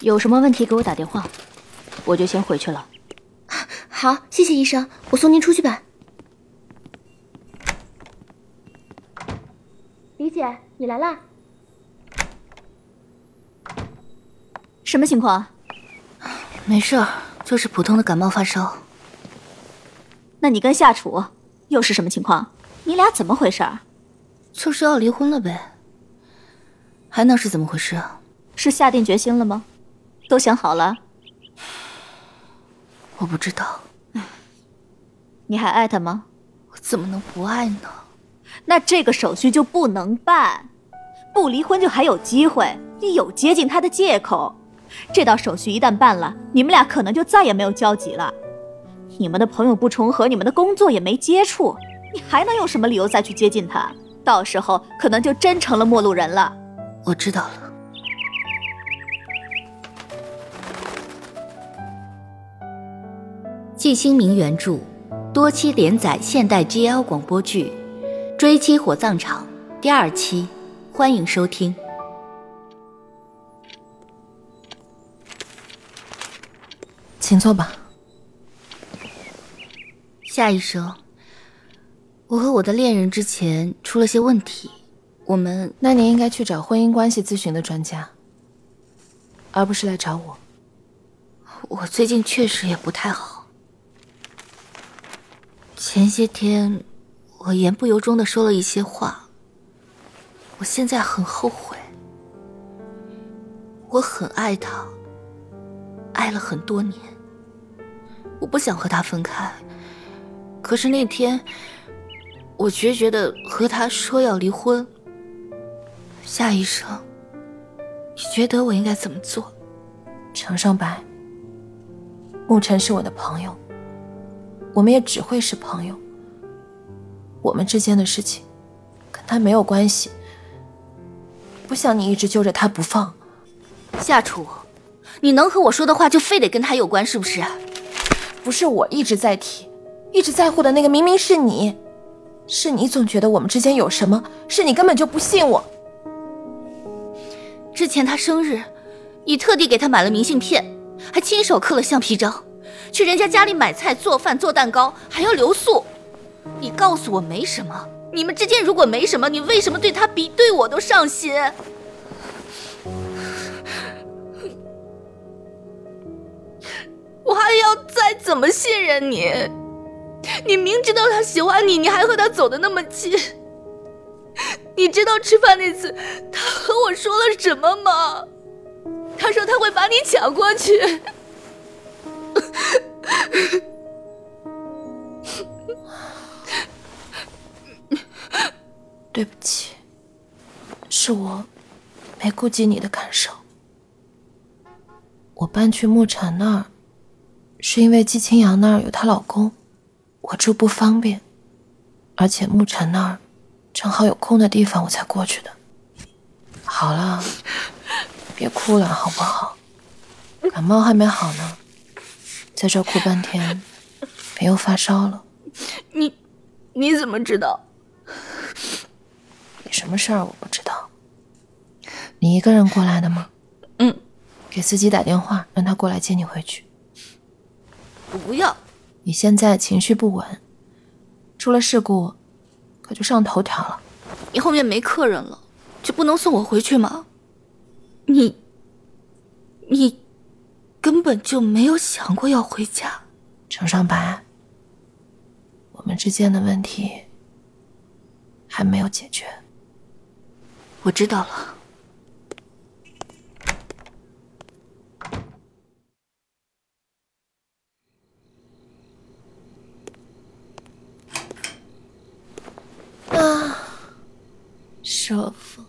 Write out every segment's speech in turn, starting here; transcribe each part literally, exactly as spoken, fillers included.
有什么问题给我打电话，我就先回去了。 好，谢谢医生，我送您出去吧。李姐，你来啦。 什么情况？ 没事儿，就是普通的感冒发烧。 那你跟夏楚又是什么情况？你俩怎么回事？ 就是要离婚了呗，还能是怎么回事啊？ 是下定决心了吗？都想好了？ 我不知道。 你还爱他吗？ 我怎么能不爱呢？ 那这个手续就不能办，不离婚就还有机会，你有接近他的借口。这道手续一旦办了，你们俩可能就再也没有交集了。你们的朋友不重合，你们的工作也没接触，你还能用什么理由再去接近他？到时候可能就真成了陌路人了。 我知道了。季新明原著，多期连载现代 G L 广播剧《追妻火葬场》第二期，欢迎收听。 请坐吧。 夏医生，我和我的恋人之前出了些问题，我们…… 那你应该去找婚姻关系咨询的专家，而不是来找我。 我最近确实也不太好。前些天我言不由衷地说了一些话，我现在很后悔。我很爱他，爱了很多年，我不想和他分开，可是那天我决绝地和他说要离婚。夏医生，你觉得我应该怎么做？ 程尚白，沐晨是我的朋友，我们也只会是朋友，我们之间的事情跟他没有关系，不想你一直揪着他不放。 夏楚，你能和我说的话就非得跟他有关是不是？ 不是我一直在提，一直在乎的那个明明是你，是你总觉得我们之间有什么，是你根本就不信我。 之前他生日，你特地给他买了明信片，还亲手刻了橡皮章，去人家家里买菜做饭做蛋糕，还要留宿。你告诉我没什么，你们之间如果没什么，你为什么对他比对我都上心？我还要再怎么信任你？你明知道他喜欢你，你还和他走得那么近。你知道吃饭那次他和我说了什么吗？他说他会把你抢过去。 对不起，是我没顾及你的感受。我搬去沐晨那儿，是因为季清扬那儿有她老公，我住不方便，而且沐晨那儿正好有空的地方，我才过去的。好了，别哭了好不好？感冒还没好呢，在这哭半天，别又发烧了。 你你怎么知道？ 你什么事儿我不知道。你一个人过来的吗？ 嗯。 给司机打电话，让他过来接你回去。 我不要。 你现在情绪不稳，出了事故可就上头条了。 你后面没客人了，就不能送我回去吗？你你根本就没有想过要回家。 程尚白，我们之间的问题还没有解决。 我知道了。 啊，舒服。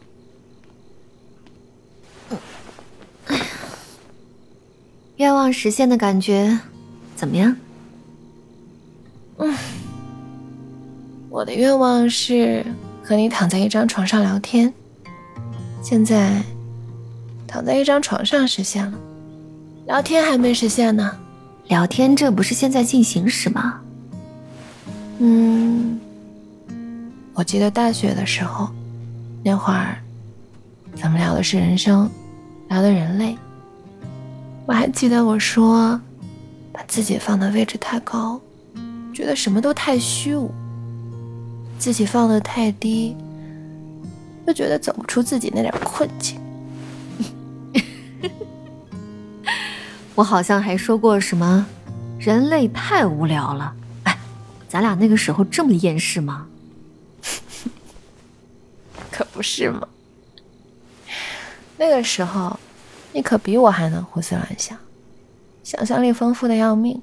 愿望实现的感觉怎么样？ 嗯，我的愿望是和你躺在一张床上聊天，现在躺在一张床上实现了，聊天还没实现呢。 聊天这不是现在进行时吗？ 嗯，我记得大学的时候，那会儿咱们聊的是人生，聊的人类， 我还记得我说把自己放的位置太高，觉得什么都太虚无，自己放的太低，又觉得走不出自己那点困境。 我好像还说过什么人类太无聊了。哎，咱俩那个时候这么厌世吗？ 可不是嘛。那个时候你可比我还能胡思乱想，想象力丰富的要命。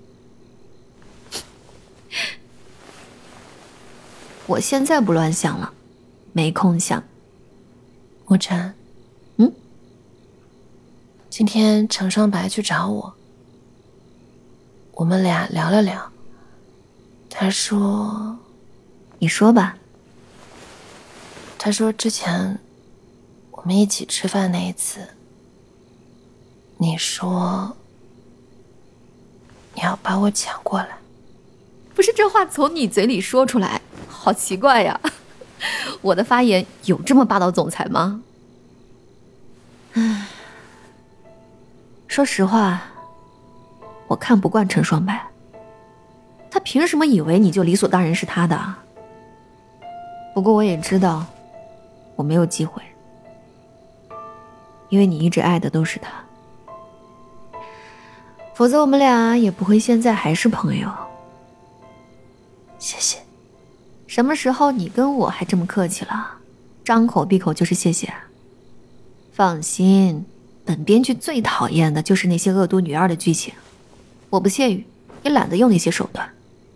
我现在不乱想了，没空想。 沐晨， 嗯， 今天程双白去找我，我们俩聊了聊。他说， 你说吧。 他说之前我们一起吃饭那一次，你说你要把我抢过来。 不是，这话从你嘴里说出来好奇怪呀。我的发言有这么霸道总裁吗？唉，说实话，我看不惯陈双白。他凭什么以为你就理所当然是他的？不过我也知道我没有机会，因为你一直爱的都是他，否则我们俩也不会现在还是朋友。 谢谢。 什么时候你跟我还这么客气了？张口闭口就是谢谢。放心，本编剧最讨厌的就是那些恶毒女二的剧情，我不屑于，也懒得用那些手段。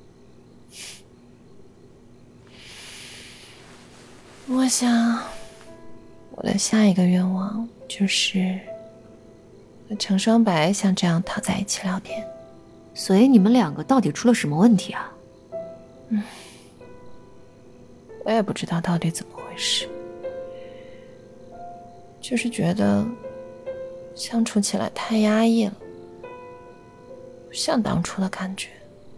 我想我的下一个愿望就是和程双白像这样躺在一起聊天。 所以你们两个到底出了什么问题啊？ 嗯，我也不知道到底怎么回事，就是觉得相处起来太压抑了，不像当初的感觉。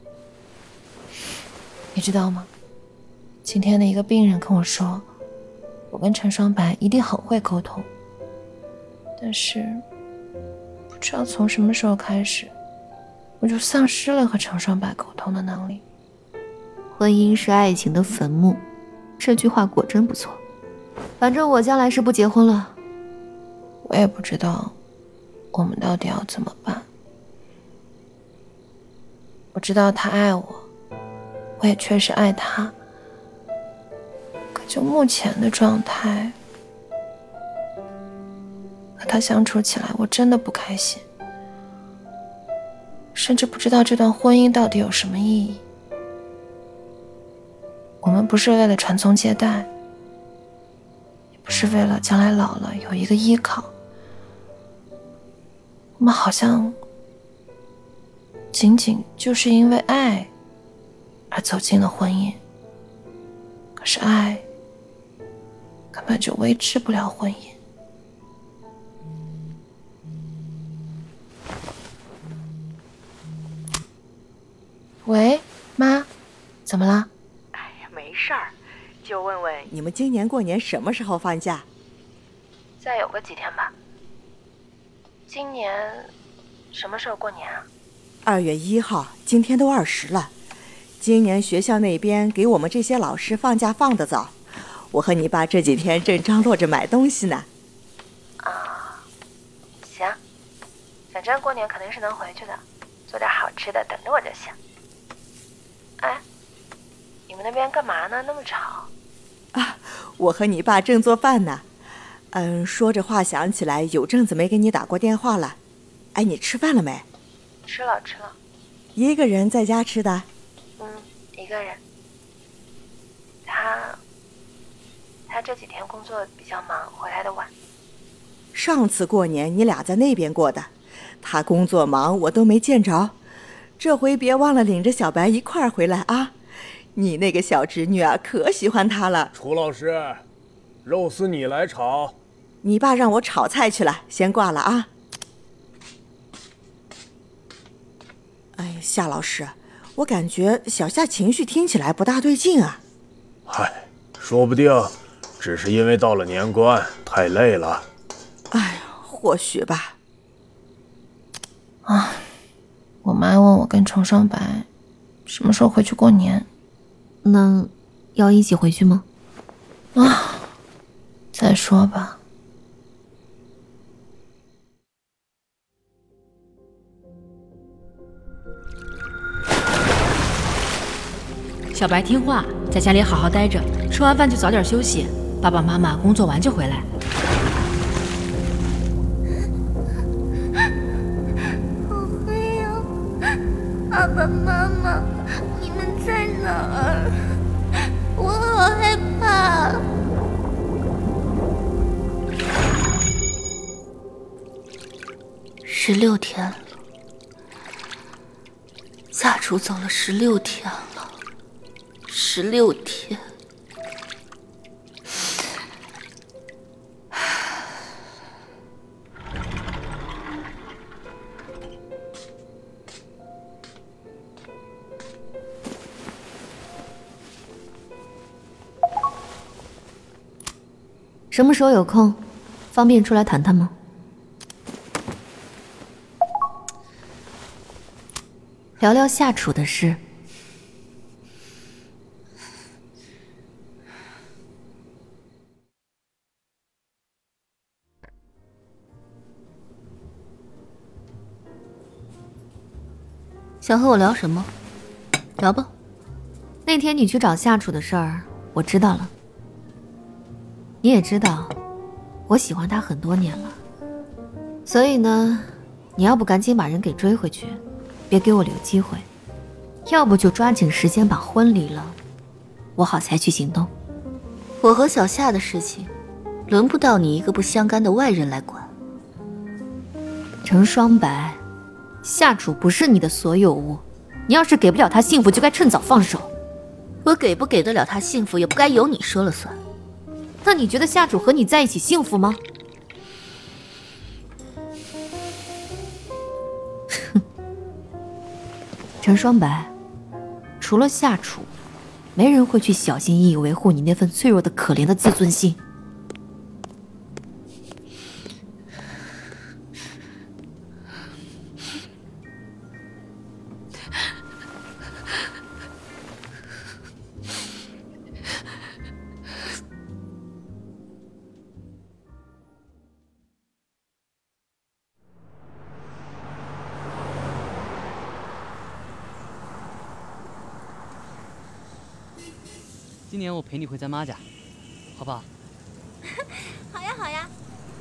你知道吗？今天的一个病人跟我说，我跟陈双白一定很会沟通，但是不知道从什么时候开始，我就丧失了和陈双白沟通的能力。 婚姻是爱情的坟墓，这句话果真不错。反正我将来是不结婚了。 我也不知道我们到底要怎么办。我知道他爱我，我也确实爱他，可就目前的状态，和他相处起来我真的不开心，甚至不知道这段婚姻到底有什么意义。我们不是为了传宗接代，也不是为了将来老了有一个依靠，我们好像仅仅就是因为爱而走进了婚姻，可是爱根本就维持不了婚姻。喂，妈，怎么了？ 哎呀，没事儿，就问问你们今年过年什么时候放假？ 再有个几天吧。今年什么时候过年啊？ 二月一号，今天都二十了。今年学校那边给我们这些老师放假放得早，我和你爸这几天正张罗着买东西呢。 啊，行，反正过年肯定是能回去的，做点好吃的等着我就行。哎，你们那边干嘛呢？那么吵啊！我和你爸正做饭呢。嗯，说着话想起来有阵子没给你打过电话了。哎，你吃饭了没？ 吃了吃了。 一个人在家吃的？ 嗯，一个人。他他这几天工作比较忙，回来的晚。 上次过年你俩在那边过的，他工作忙我都没见着。这回别忘了领着小白一块儿回来啊！你那个小侄女啊，可喜欢他了。 楚老师，肉丝你来炒。 你爸让我炒菜去了，先挂了啊。哎，夏老师，我感觉小夏情绪听起来不大对劲啊。 嗨，说不定只是因为到了年关太累了。 哎呀，或许吧。 啊，我妈问我跟程双白什么时候回去过年。 那要一起回去吗？ 啊，再说吧。 小白听话，在家里好好待着，吃完饭就早点休息，爸爸妈妈工作完就回来。 好黑呀！爸爸妈妈，你们在哪儿？我好害怕。十六天了，夏楚走了十六天了。十六天， 什么时候有空，方便出来谈谈吗？聊聊夏楚的事。 想和我聊什么？聊吧。 那天你去找夏楚的事儿，我知道了。你也知道，我喜欢他很多年了。所以呢，你要不赶紧把人给追回去，别给我留机会；要不就抓紧时间把婚离了，我好采取行动。 我和小夏的事情，轮不到你一个不相干的外人来管。 程双白。夏楚不是你的所有物，你要是给不了他幸福，就该趁早放手。 我给不给得了他幸福，也不该由你说了算。 那你觉得夏楚和你在一起幸福吗？哼，程双白，除了夏楚，没人会去小心翼翼维护你那份脆弱的可怜的自尊心。 今年我陪你回咱妈家，好不好？ 好呀，好呀。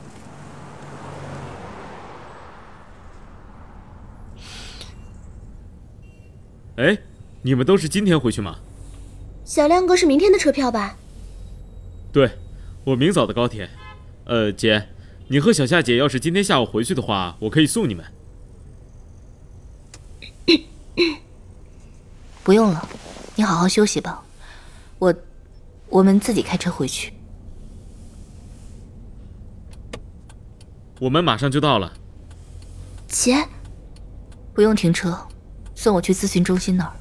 哎，你们都是今天回去吗？ 小亮哥是明天的车票吧？ 对，我明早的高铁。呃，姐，你和小夏姐要是今天下午回去的话，我可以送你们。 不用了，你好好休息吧。我，我们自己开车回去。 我们马上就到了。 姐，不用停车，送我去咨询中心那儿。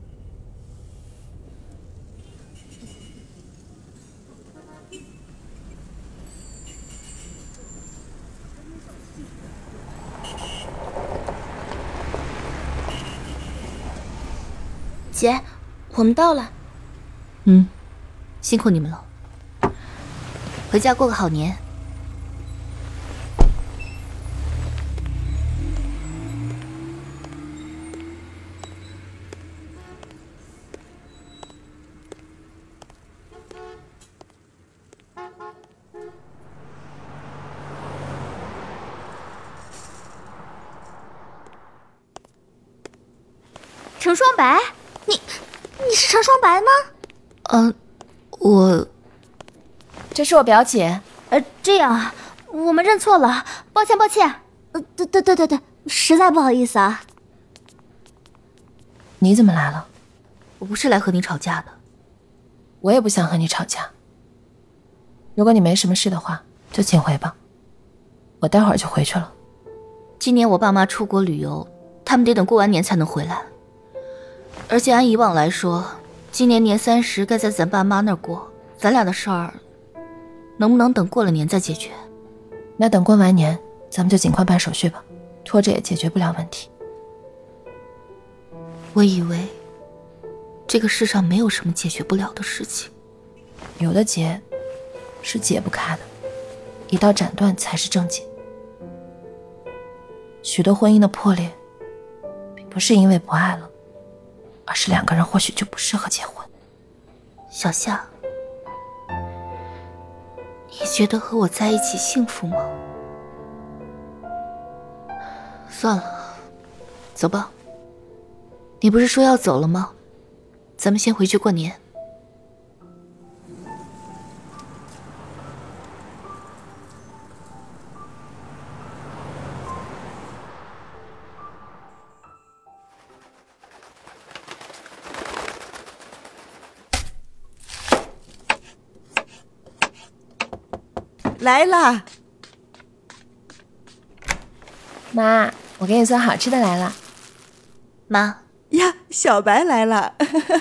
姐，我们到了。嗯，辛苦你们了。回家过个好年。 程双白，你你是程双白吗？ 嗯、呃，我这是我表姐。 呃，这样啊，我们认错了，抱歉抱歉。呃，对对对对对，实在不好意思啊。 你怎么来了？ 我不是来和你吵架的。 我也不想和你吵架。如果你没什么事的话，就请回吧。我待会儿就回去了。 今年我爸妈出国旅游，他们得等过完年才能回来。而且按以往来说，今年年三十该在咱爸妈那儿过，咱俩的事儿能不能等过了年再解决？ 那等过完年，咱们就尽快办手续吧。 拖着也解决不了问题。 我以为这个世上没有什么解决不了的事情， 有的结是解不开的，一刀斩断才是正解。许多婚姻的破裂并不是因为不爱了，而是两个人或许就不适合结婚。 小夏，你觉得和我在一起幸福吗？算了，走吧。你不是说要走了吗？咱们先回去过年。 来啦！ 妈，我给你做好吃的来了。 妈呀，小白来了。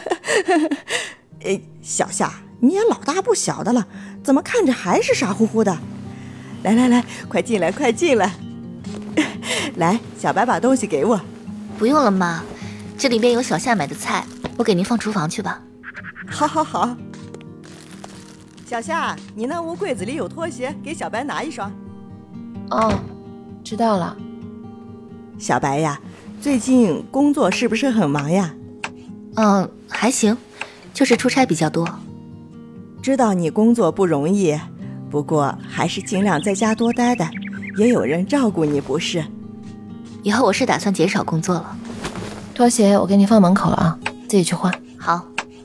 哎，小夏，你也老大不小的了，怎么看着还是傻乎乎的？来来来，快进来，快进来。来，小白把东西给我。 不用了，妈，这里边有小夏买的菜，我给您放厨房去吧。 好好好。小夏，你那屋柜子里有拖鞋，给小白拿一双。 哦，知道了。 小白呀，最近工作是不是很忙呀？ 嗯，还行，就是出差比较多。 知道你工作不容易，不过还是尽量在家多待待，也有人照顾你不是？ 以后我是打算减少工作了。 拖鞋我给你放门口了啊，自己去换。 好。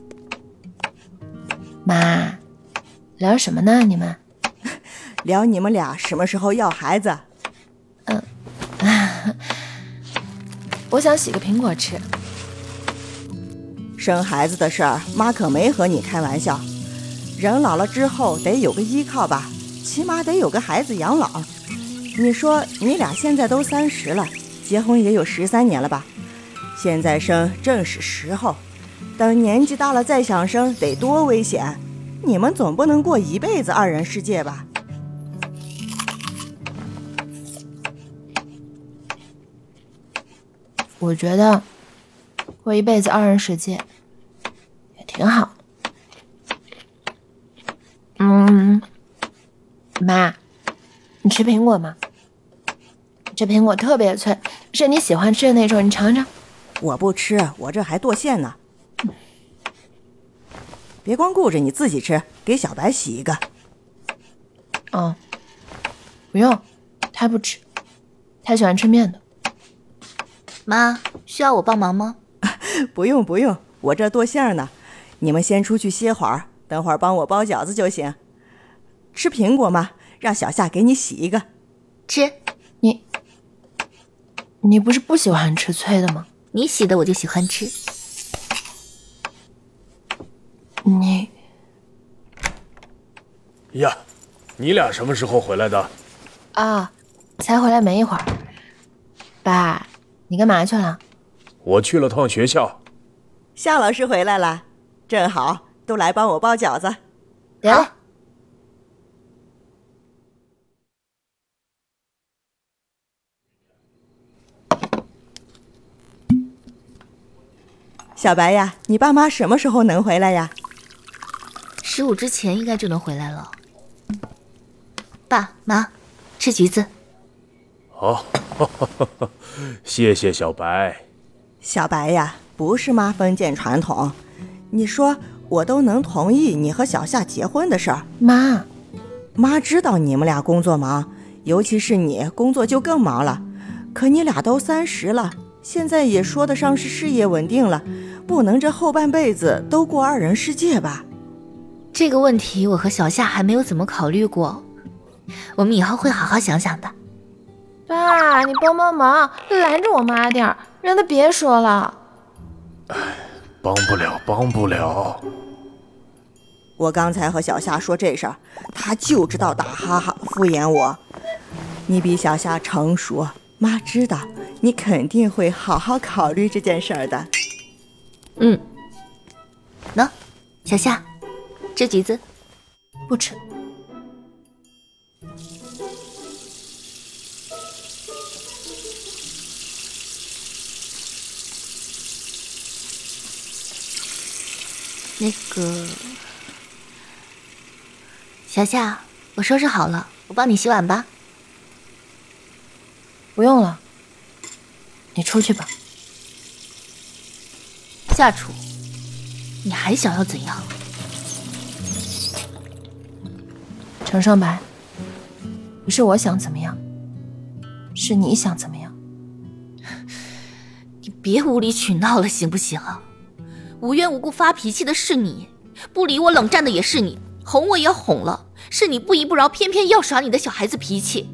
妈，聊什么呢？你们聊你们俩什么时候要孩子？ 嗯，我想洗个苹果吃。 生孩子的事儿，妈可没和你开玩笑。人老了之后得有个依靠吧，起码得有个孩子养老。你说你俩现在都三十了，结婚也有十三年了吧？现在生正是时候，等年纪大了再想生得多危险。你们总不能过一辈子二人世界吧？ 我觉得过一辈子二人世界也挺好。嗯，妈，你吃苹果吗？这苹果特别脆，是你喜欢吃的那种，你尝尝。 我不吃，我这还剁馅呢。别光顾着你自己吃，给小白洗一个。 哦，不用，他不吃，他喜欢吃面的。 妈，需要我帮忙吗？ 不用不用，我这剁馅呢。你们先出去歇会儿，等会儿帮我包饺子就行。吃苹果吗？让小夏给你洗一个。 吃。 你，你不是不喜欢吃脆的吗？ 你洗的我就喜欢吃。 你呀，你俩什么时候回来的？ 啊，才回来没一会儿。爸，你干嘛去了？ 我去了趟学校。 夏老师回来了，正好，都来帮我包饺子。 好。 小白呀，你爸妈什么时候能回来呀？ 十五之前应该就能回来了。爸妈，吃橘子。 好、哦，谢谢小白。 小白呀，不是妈封建传统，你说我都能同意你和小夏结婚的事儿。 妈， 妈知道你们俩工作忙，尤其是你工作就更忙了。可你俩都三十了，现在也说得上是事业稳定了，不能这后半辈子都过二人世界吧？ 这个问题我和小夏还没有怎么考虑过，我们以后会好好想想的。 爸，你帮帮忙，拦着我妈点儿，让她别说了。 哎，帮不了，帮不了。 我刚才和小夏说这事儿，她就知道打哈哈敷衍我。你比小夏成熟，妈知道你肯定会好好考虑这件事儿的。 嗯，喏，小夏，吃橘子。 不吃。 那个，小夏，我收拾好了，我帮你洗碗吧。 不用了，你出去吧。 夏楚，你还想要怎样？ 程尚白，不是我想怎么样，是你想怎么样。 你别无理取闹了，行不行啊？无缘无故发脾气的是你，不理我冷战的也是你，哄我也哄了，是你不依不饶，偏偏要耍你的小孩子脾气。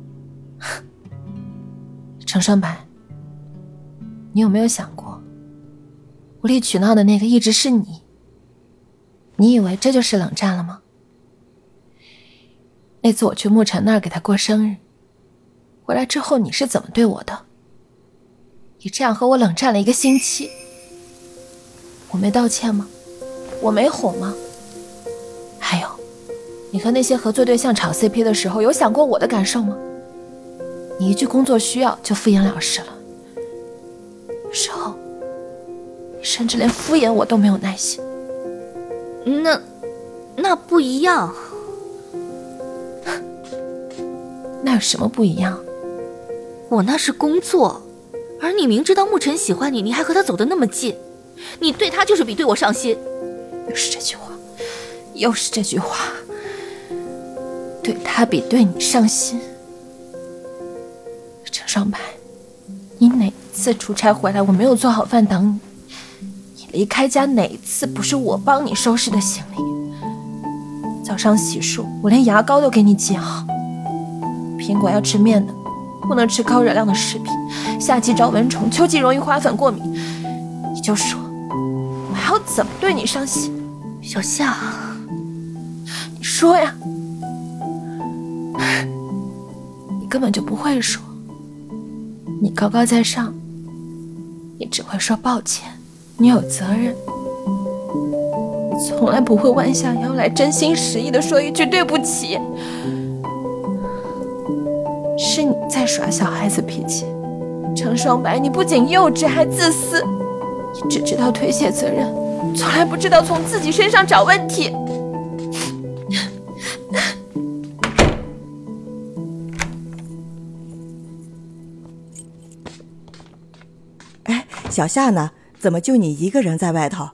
程尚白，你有没有想过，无理取闹的那个一直是你？你以为这就是冷战了吗？那次我去沐晨那儿给他过生日，回来之后你是怎么对我的？你这样和我冷战了一个星期，我没道歉吗？我没哄吗？还有，你和那些合作对象炒 C P 的时候，有想过我的感受吗？你一句工作需要就敷衍了事了，有时候你甚至连敷衍我都没有耐心。 那那不一样。 那有什么不一样？ 我那是工作，而你明知道沐晨喜欢你，你还和他走得那么近，你对他就是比对我上心。 又是这句话，又是这句话，对他比对你上心。程尚白，你哪一次出差回来我没有做好饭等你？你离开家哪一次不是我帮你收拾的行李？早上洗漱我连牙膏都给你挤好。苹果要吃面的，不能吃高热量的食品。夏季招蚊虫，秋季容易花粉过敏。你就说，我还要怎么对你上心？ 小夏， 你说呀。你根本就不会说，你高高在上，你只会说抱歉，你有责任。你从来不会弯下腰来真心实意的说一句对不起。是你在耍小孩子脾气，程双白，你不仅幼稚还自私，你只知道推卸责任，从来不知道从自己身上找问题。 哎，小夏呢？怎么就你一个人在外头？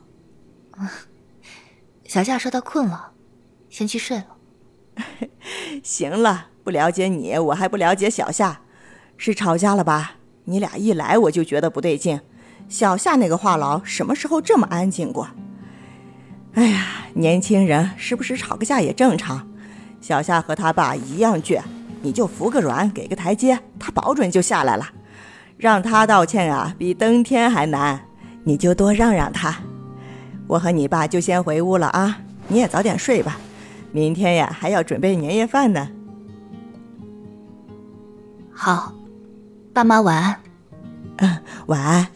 小夏说她困了，先去睡了。 行了，不了解你，我还不了解小夏。是吵架了吧？你俩一来我就觉得不对劲。小夏那个话痨什么时候这么安静过？哎呀，年轻人时不时吵个架也正常。小夏和他爸一样倔，你就服个软，给个台阶，他保准就下来了。让他道歉啊，比登天还难，你就多让让他。我和你爸就先回屋了啊，你也早点睡吧。明天呀，还要准备年夜饭呢。 好，爸妈晚安。 嗯，晚安。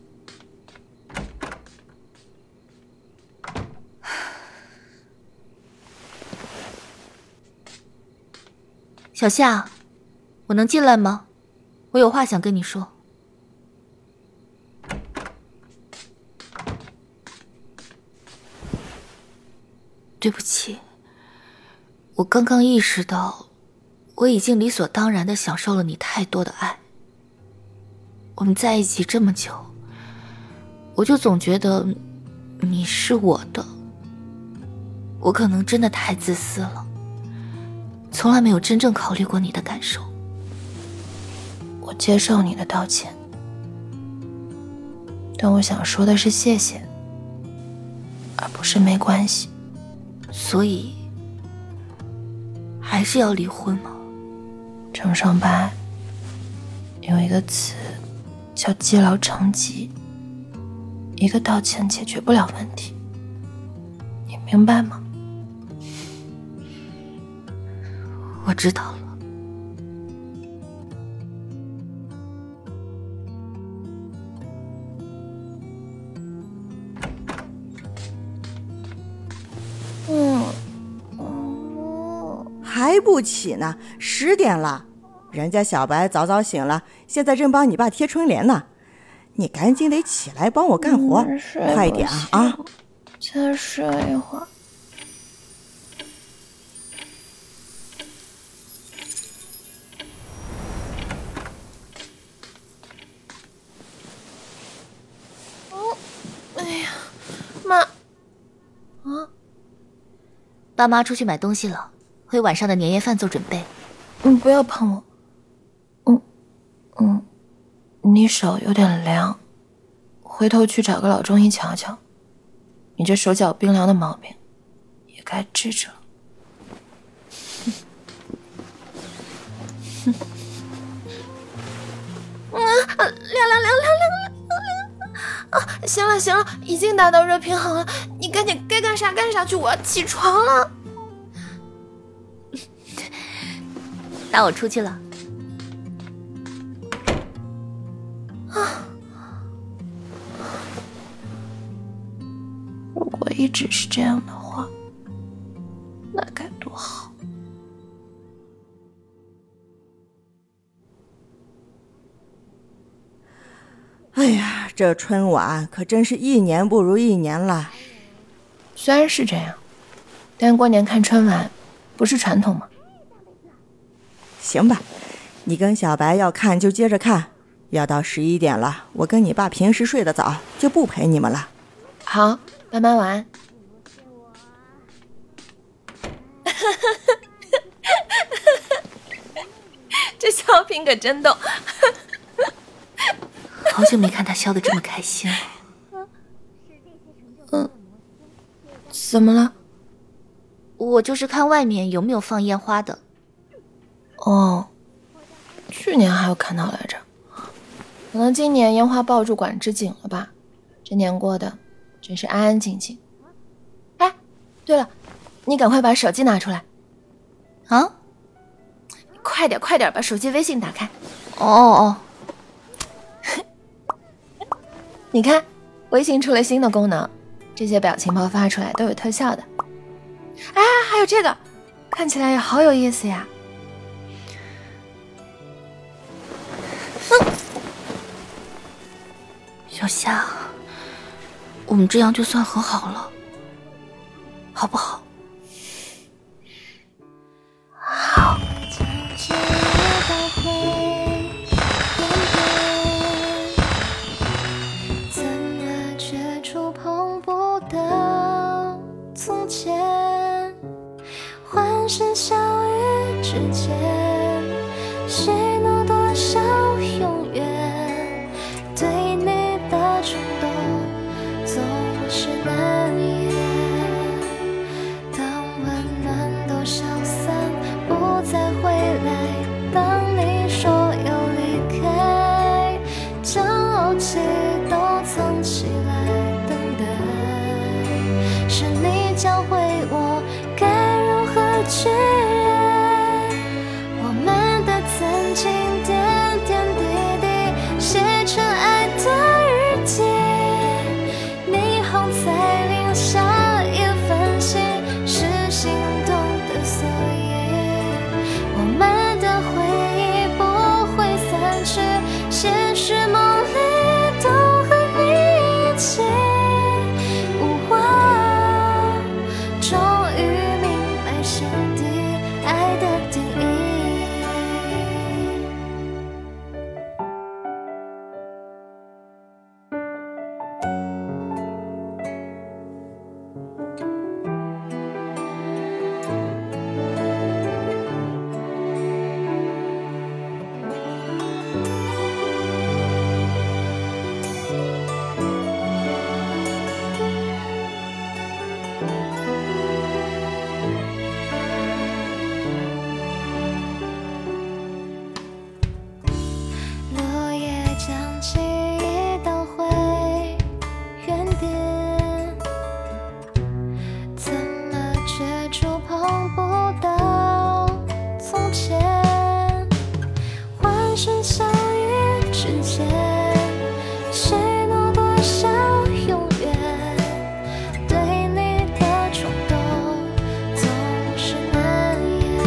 小夏，我能进来吗？我有话想跟你说。对不起，我刚刚意识到，我已经理所当然地享受了你太多的爱。我们在一起这么久，我就总觉得你是我的。我可能真的太自私了，从来没有真正考虑过你的感受。 我接受你的道歉，但我想说的是谢谢，而不是没关系。 所以还是要离婚吗？ 程尚白，有一个词叫积劳成疾，一个道歉解决不了问题，你明白吗？ 我知道了。 还不起呢，十点了，人家小白早早醒了，现在正帮你爸贴春联呢。你赶紧得起来帮我干活，快点啊！ 再睡一会儿。哦，哎呀，妈！啊， 爸妈出去买东西了，为晚上的年夜饭做准备。 你不要碰我。嗯嗯，你手有点凉，回头去找个老中医瞧瞧。你这手脚冰凉的毛病，也该治治了。啊，凉凉凉凉凉凉啊！行了行了，已经达到热平衡了，你赶紧该干啥干啥去，我要起床了。 那我出去了。 啊！如果一直是这样的话，那该多好。 哎呀，这春晚可真是一年不如一年了。 虽然是这样，但过年看春晚不是传统吗？ 行吧，你跟小白要看就接着看，要到十一点了，我跟你爸平时睡得早，就不陪你们了。 好，妈妈晚安。这小品可真逗。 好久没看他笑得这么开心了。 嗯，怎么了？ 我就是看外面有没有放烟花的。 哦，去年还有看到来着，可能今年烟花爆竹管制紧了吧？这年过的真是安安静静。哎，对了，你赶快把手机拿出来。 啊？ 快点快点，把手机微信打开。 哦哦。 你看，微信出了新的功能，这些表情包发出来都有特效的。哎，还有这个，看起来也好有意思呀。 小夏，我们这样就算和好了，好不好？ 好。 欢声笑语之间，喜怒多少永远，对你的冲动总是难言。当温暖都消散，不再回来，当你说要离开，将傲气都藏起来等待，是你教会我该如何去爱，我们的曾经点点滴滴写成爱的日记，霓虹才留下一份心，是心动的锁印，我们的回忆不会散去，现实梦里都和你一起。终于明白心底爱的定义。落叶将记忆倒回原点，怎么却触碰不到从前？欢声笑语之间，喜怒多少永远，对你的冲动总是难言。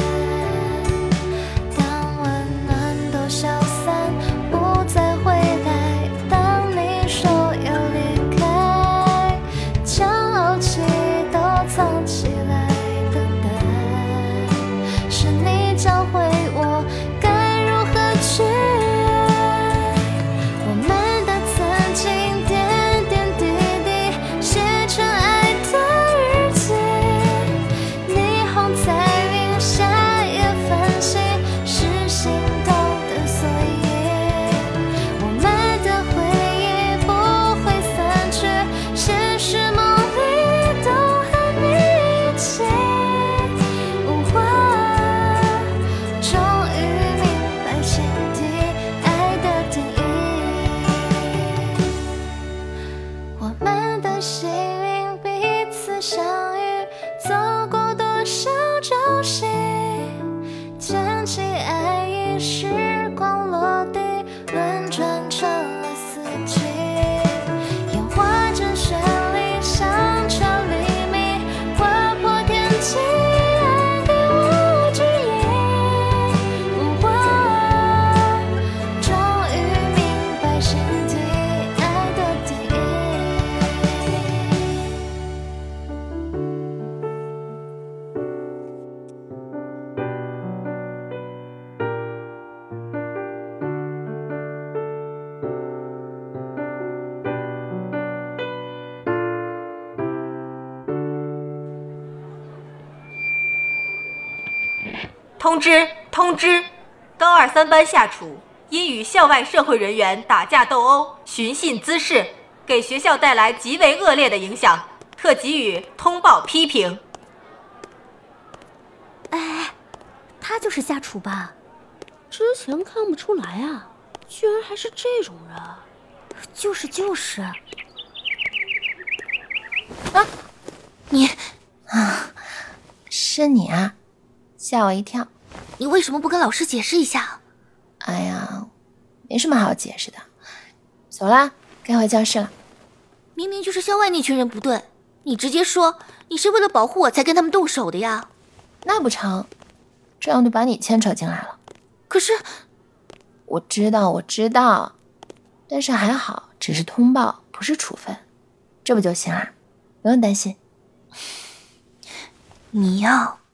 当温暖都消散，不再回来，当你说要离开，将傲气通知通知，高二三班下处因与校外社会人员打架斗殴、寻衅滋事，给学校带来极为恶劣的影响，特给予通报批评。 哎，他就是夏楚吧？之前看不出来啊，居然还是这种人。就是就是。 啊，你啊，是你啊，吓我一跳。 你为什么不跟老师解释一下？ 哎呀，没什么好解释的。走啦，该回教室了。 明明就是校外那群人不对，你直接说你是为了保护我才跟他们动手的呀。 那不成，这样就把你牵扯进来了。 可是， 我知道，我知道，但是还好，只是通报，不是处分，这不就行啦？不用担心。 你要